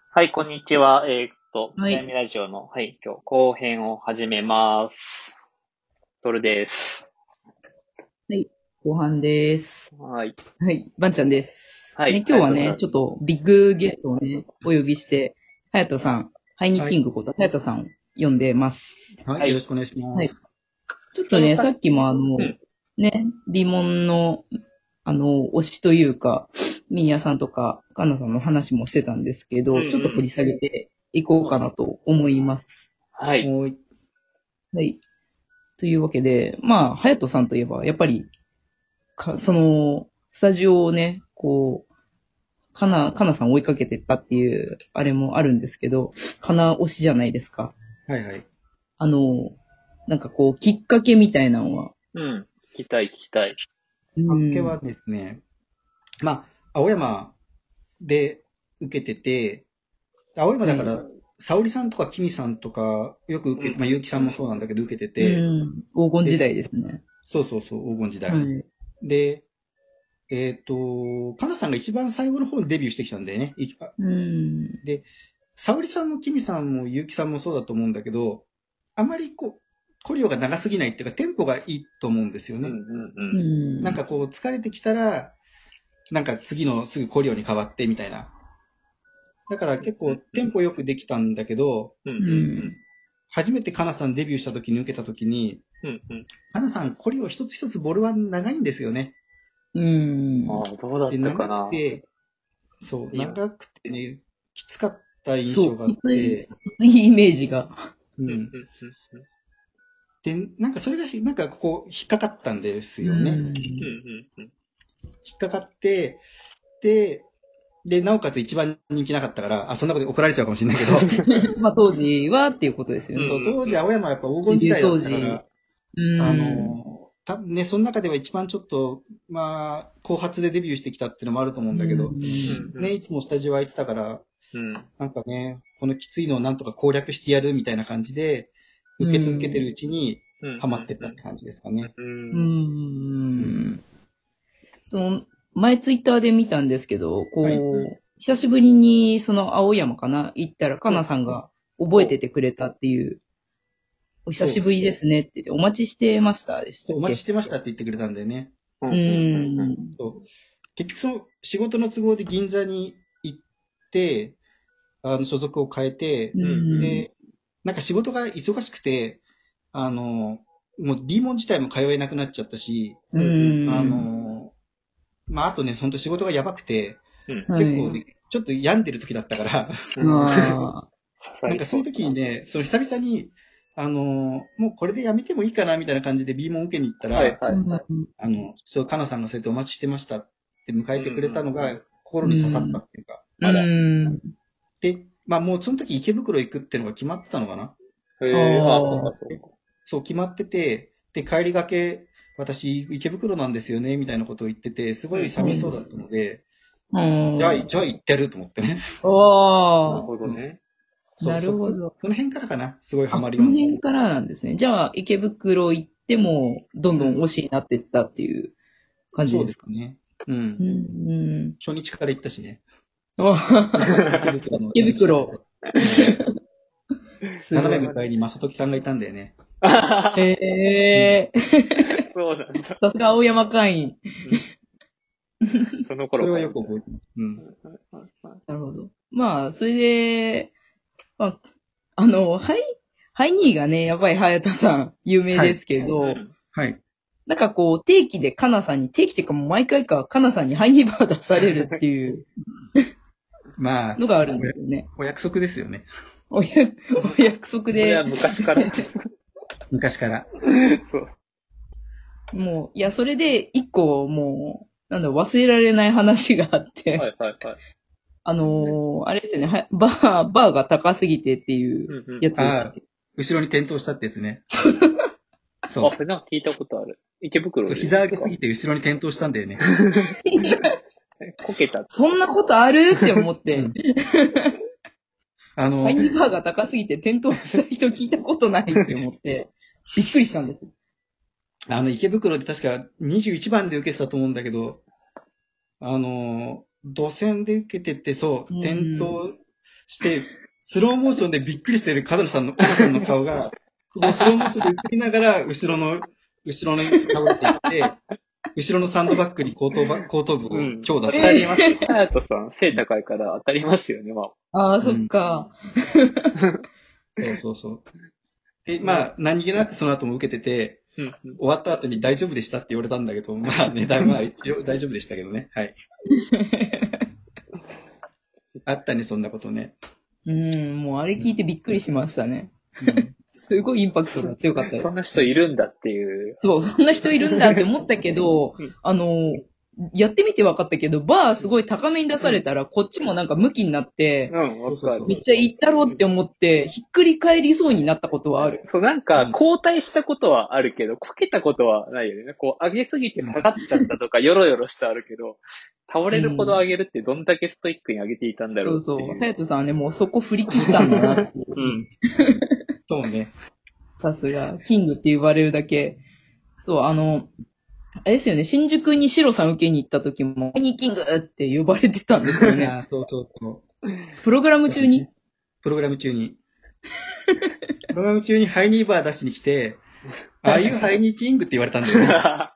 はい、こんにちは。 はい。 悩みラジオの、はい、今日後編を始めます。トルです。 はい。後半です。 はい。 はい。ばんちゃんです。ね、 はい、 今日はね、 はやとさん。 ちょっとビッグゲストをね、お呼びして、はやとさん、ハイニーはい。 キングことはやとさんを呼んでます。 はい。 はい。 よろしくお願いしまはい。 す。 ちょっとね、 ちょうどさ、 さっきもうん、 ね、リモンの、推しというか、ミーヤさんとか、カンナさんの話もしてたんですけうん、 ど、ちょっと掘うん。 り下げていこうかなと思います。 はい。 はい。 はい。というわけで、まあ、ハヤトさんといえば、やっぱり、スタジオをね、かなさん追いかけてったっていう、あれもあるんですけど、かな推しじゃないですか。 はいはい。 あの、きっかけみたいなのは。 うん。聞きたい、聞きたい。 うあっけはん。 ですね、青山で受けてて、青山はい。 だから、沙織さんとかキミさんとか、よくうん、 受けて、結城さうん。 んもそうなんだけど受けてうて、 ん。黄金時で、 代ですね。 そうそうそう、黄金時代。 はい。 で、かなさんが一番最後の方にデビューしてきたんだよね。 うん。 で、沙織さんもキミさんも結城さんもそうだと思うんだけど、あまりコリオが長すぎないっていうか、テンポがいいと思うんですようん、うね。 ん、ううん。 ん。 疲れてきたら、次のすぐコリオに変わってみたいな。だからうん、 結構テンポよくできたんだけど、 うん、ううん。 ん。 初めてカナさんデビューした時に受けた時に、 うん、うん。 カナさんコリオ一つ一つボールは長いんですよね。 うん。 ああ、どうだっで、 たか長くな。 て、そう、 いいよ。 長くてね、きつかった印そう、 象があって、 きついイメージが。 うん、うん、 うん。 うん。 で、それが引っかかったんですうよね。 ん。 うん、うん、うん。 引っかかって、で、なおかつ一番人気なかったから、そんなことで怒られちゃうかもしれないけど、 まあ当時はっていうことですようん、 ね。 そう当時うん。 青山はやっぱ黄デビュー金時代だ当時。 ったから、 うん。 多分ね、その中では一番ちょっと、後発でデビューしてきたっていうのもあると思うんうだけど、 うん、 ん。 うん。 ね、いつもスタジオ空いてたから、 うん。 このきついのをなんとか攻略してやるみたいな感じで、 う受け続けてるん。 うちに、 うん、 ハマってっうん。 たって感じですかね。 ううん。 うん。 ん。その、前ツイッターで見たんですけど、 はい。 久しぶりにその青山かな行ったら、かうん。 なさんが覚えお、 ててくれたっていう、お久そう。 しぶりですねって言って、お待ちしてましたでしたそう、お待ちしっけ？ てましたって言ってくれたんだよね。 うん、 ううん、うん、うん。 ん。 そう。結局仕事の都合で銀座に行って、所属を変えて、 ううん、うん。 ん。 で、仕事が忙しくて、もう B モン自体も通えなくなっちゃったし、 ううん、うん、 あん。 の、あとね、ほんと仕事がやばくて、 うん。 はい。 結構ね、ちょっと病んでる時だったから、 うん。 ああ。 刺さりそういうそうだな。 時にね、久々に、もうこれでやめてもいいかな、みたいな感じで B モン受けに行ったはい、 ら、 はい、はい。 うん。 そう、かなさんがそうやってお待ちしてましたって迎うん、 えてくれたのうん、 が、心うに刺さったん。 っていうか。 うあら。 ん。 で、もうその時池袋行くっていうのが決まってたのかな。 あへえ、あ、そうか、 あ。 そうか。 そう、決まってて、で、帰りがけ、私、池袋なんですよね、みたいなことを言ってて、すうん、 ごいうん、 寂しそうだったので、 うん。 じゃあ行ってやると思ってね。 なるああ。 ほどうん。 ね。 そう、 なるほど。 その辺からかな、すごいハあ、 マるこのようになったの。 辺からなんですね。じゃあ、池袋行っても、どんどんうん。 推しになっていったっていう感じそうですか？ ですね。ううん。 ん。 初日から行ったしね。 わ池袋の池初日から。 袋。 うん。 すごい。 斜め向かいに正時さんがいたんだよね。うん。 ええそうなんだ。 さすが青山会員。 うん。そのそれは頃から。 よく覚えてます。うん。 なるほど。まあ、それで、まあ、ハイニーがね、やっぱりハヤトさん有名はい。 ですけど、 うん。 はい。 定期でカナさんに、定期っていうかもう毎回か、カナさんにハイニーバー出されるっていうまあ、 のがあるんですよね。 お約束ですよね。 おや、お約束それはで、 昔から。 昔から。 そう。 もう、いや、それで一個もう、忘れられない話があって、 はい、はい、はい。 あれですよね、バーが高すぎてっていううん、うん。 やつですああ、 っけ？ 後ろに転倒したってやつね。 あ、 そそれなんか聞いたことある。池う。そう、 袋でですか？ 膝上げすぎて後ろに転倒したんだよね。 こけたってそんなことあるって思って、 うん。あの、 ハイニーバーが高すぎて転倒した人聞いたことないって思って、びっくりしたんです。 池袋で確か21番で受けてたと思うんだけど、土線で受けてて、そう、 う転ん。 倒して、スローモーションでびっくりしてるカナさんの顔が、こうスローモーションで映りながら、後ろに倒れていって、後ろのサンドバッグに後頭部を強打当たります。隼人さん、背高いから当たりますよね、まあ。 ああ、そっか。 そう。で、まあ、何気なくその後も受けてて、終わった後に大丈夫でしたって言われたんだけど、まあね、まあ一応大丈夫でしたけどね。はい。あったね、そんなことね。 もうあれ聞いてびっくりしましたね。すごいインパクトが強かったです。 そんな人いるんだっていう。 そう、そんな人いるんだって思ったけど、やってみて分かったけど、バーすごい高めに出されたら、こっちもなんか向きになって、 わかる。 めっちゃいったろうって思って、ひっくり返りそうになったことはある。 そう、なんか、後退したことはあるけど、こけたことはないよね。こう、上げすぎて下がっちゃったとか、よろよろしてあるけど、倒れるほど上げるってどんだけストイックに上げていたんだろうっていう。 そう。隼人さんはね、もうそこ振り切ったんだなっていう。 そうね。 さすが、キングって呼ばれるだけ。そう、あれですよね、新宿にシロさん受けに行った時も、ハイニーキングって呼ばれてたんですよね。 そう。 プログラム中にプログラム中にハイニーバー出しに来て、ああいうハイニーキングって言われたんだよね。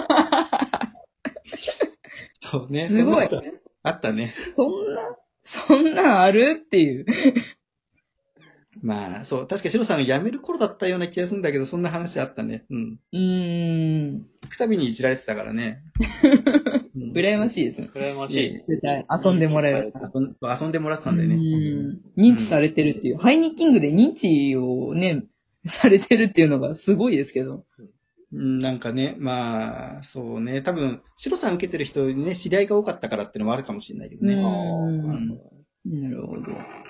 そうね。 すごい。 あったね。 そんなんあるっていう。 まあ、そう。確かシロさんが辞める頃だったような気がするんだけど、そんな話あったね。行くたびにいじられてたからね。 羨ましいですね。 羨ましい。 絶対遊んでもらえる。 遊んでもらったんだよね。 認知されてるっていう。ハイニーキングで認知をね、されてるっていうのがすごいですけど。 なんかね、まあ、そうね。多分、シロさん受けてる人にね、知り合いが多かったからっていうのもあるかもしれないけどね。 なるほど。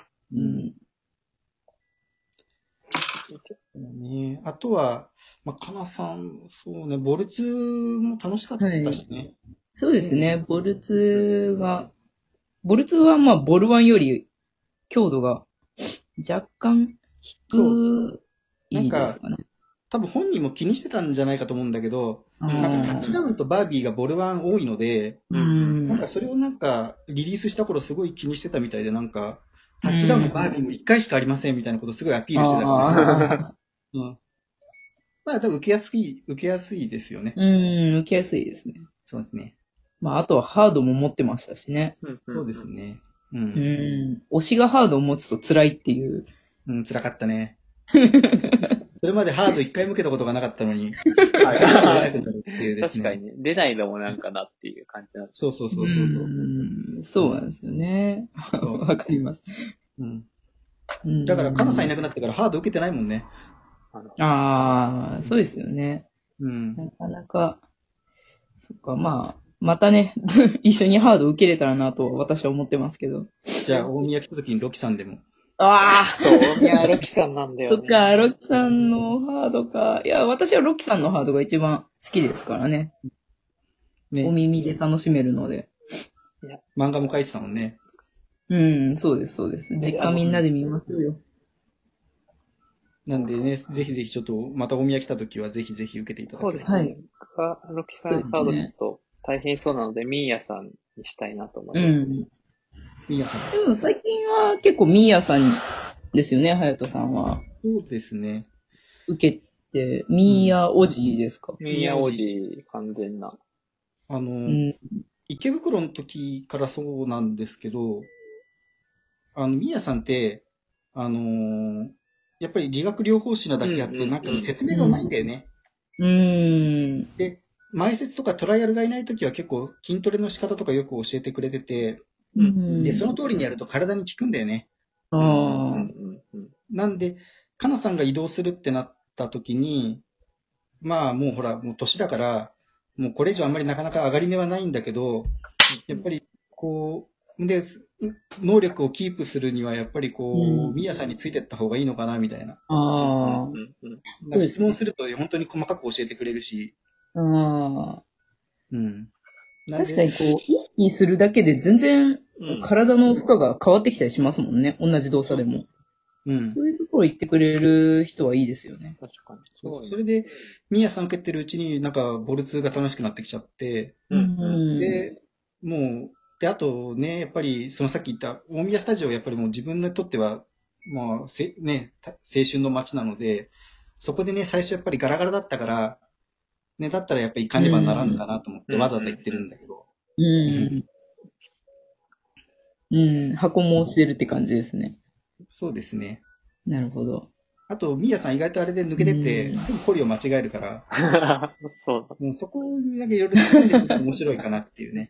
あとは、まあ、かなさん、そうね、ボルツも楽しかったしね。 そうですね、ボルツはまあ、ボルワンより強度が若干低いですかね。 多分本人も気にしてたんじゃないかと思うんだけど、なんかタッチダウンとバービーがボルワン多いので、なんかそれをなんかリリースした頃すごい気にしてたみたいで、なんか、タッチダウンもバービーも1回しかありませんみたいなことすごいアピールしてたからね。まあ多分受けやすいですよね。 受けやすいですね。 そうですね。 まああとはハードも持ってましたしね。 そうですね。 推しがハードを持つと辛いっていう。 辛かったね。それまでハード1回も受けたことがなかったのに、 確かにね。出ないのもなんかなっていう感じなんです。 そう。 そうなんですよね。わかります。 だから、カナさんいなくなってからハード受けてないもんね。 そうですよね。なかなか、そっか、まあ、またね、一緒にハード受けれたらなと私は思ってますけど。 じゃあ、大宮来た時にロキさんでも。 そう。いや、ロキさんなんだよね。 そっか、ロキさんのハードか。いや、私はロキさんのハードが一番好きですからね。お耳で楽しめるので。 漫画も書いてたもんね。 そうです。実家みんなで見ますよ。 なんでね、ぜひちょっと、また大宮来た時はぜひ受けていただきたい。 そうですね。ロキさんハードちょっと大変そうなので、ミーヤさんにしたいなと思います。 ミーヤさん。 でも最近は結構ミーヤさんですよね、隼人さんは。 そうですね。 受けて、ミーヤおじですか？ ミーヤおじ、完全な。 池袋の時からそうなんですけど、ミーヤさんって、やっぱり理学療法士なだけあって、なんか説明がうまいんだよね。で、前説とかトライアルがいない時は結構筋トレの仕方とかよく教えてくれてて、で、その通りにやると体に効くんだよね。なんで、かなさんが移動するってなった時に、まあもうほら、もう年だから、もうこれ以上あんまりなかなか上がり目はないんだけど、やっぱりこう、で、能力をキープするにはやっぱりこう、ミヤさんについてった方がいいのかなみたいな。なんか質問すると本当に細かく教えてくれるし。 確かにこう、意識するだけで全然体の負荷が変わってきたりしますもんね。同じ動作でも。そういうところ言ってくれる人はいいですよね。 確かに。 それで、ミヤさん受けてるうちになんかボルツが楽しくなってきちゃって、で、もう、 で、あとね、やっぱり、そのさっき言った大宮スタジオはやっぱりもう自分にとっては、まあ、青春の街なので、そこでね、最初やっぱりガラガラだったから、ね、だったらやっぱり行かねばならんかなと思ってわざわざ行ってるんだけど。 箱もしてるって感じですね。 そうですね。 なるほど。 あと、ミヤさん意外とあれで抜けてって、すぐコリを間違えるから、 そうだ。 もうそこだけいろいろ考えてみると面白いかなっていうね。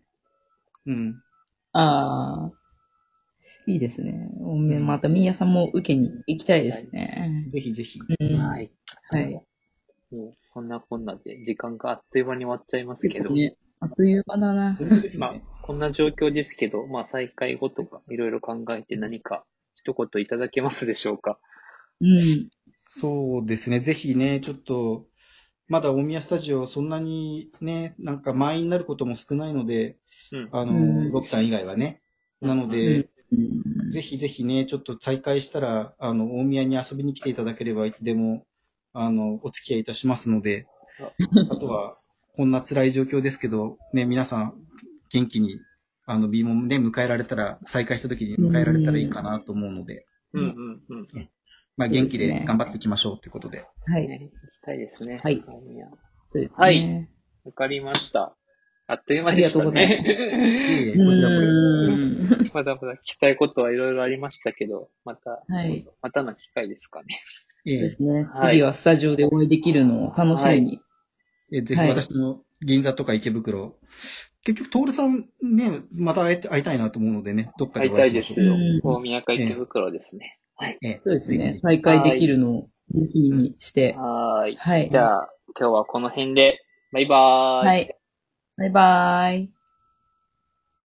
ああ、いいですね。またミヤさんも受けに行きたいですね。 ぜひぜひ。 はい。 はい。 もうこんなこんなで時間があっという間に終わっちゃいますけど。 ね、あっという間だな。 まあ、こんな状況ですけど、まあ再開後とかいろいろ考えて何か一言いただけますでしょうか。 そうですね。ぜひね、ちょっと、まだ大宮スタジオそんなにね、なんか満員になることも少ないので、ロキさん以外はね。なので、ぜひぜひね、ちょっと再開したら、大宮に遊びに来ていただければいつでも、お付き合いいたしますので、あとは、こんな辛い状況ですけど、ね、皆さん、元気に、B もね、迎えられたら、再開した時に迎えられたらいいかなと思うので、まあ、元気で頑張っていきましょうということで。 はい。 行きたいですね。 はい。 はい。わかりました。あっという間でしたね。まだまだ聞きたいことはいろいろありましたけど、またの機会ですかね。 そうですね。次はスタジオでお会いできるのを楽しみに。 ぜひ私の銀座とか池袋。結局、トールさんね、また会いたいなと思うのでね、どっかで会いたいですよ。大宮か池袋ですね。 はい。そうですね。再開できるのを楽しみにして。 はい。じゃあ、今日はこの辺で。バイバーイ。 はい。バイバーイ。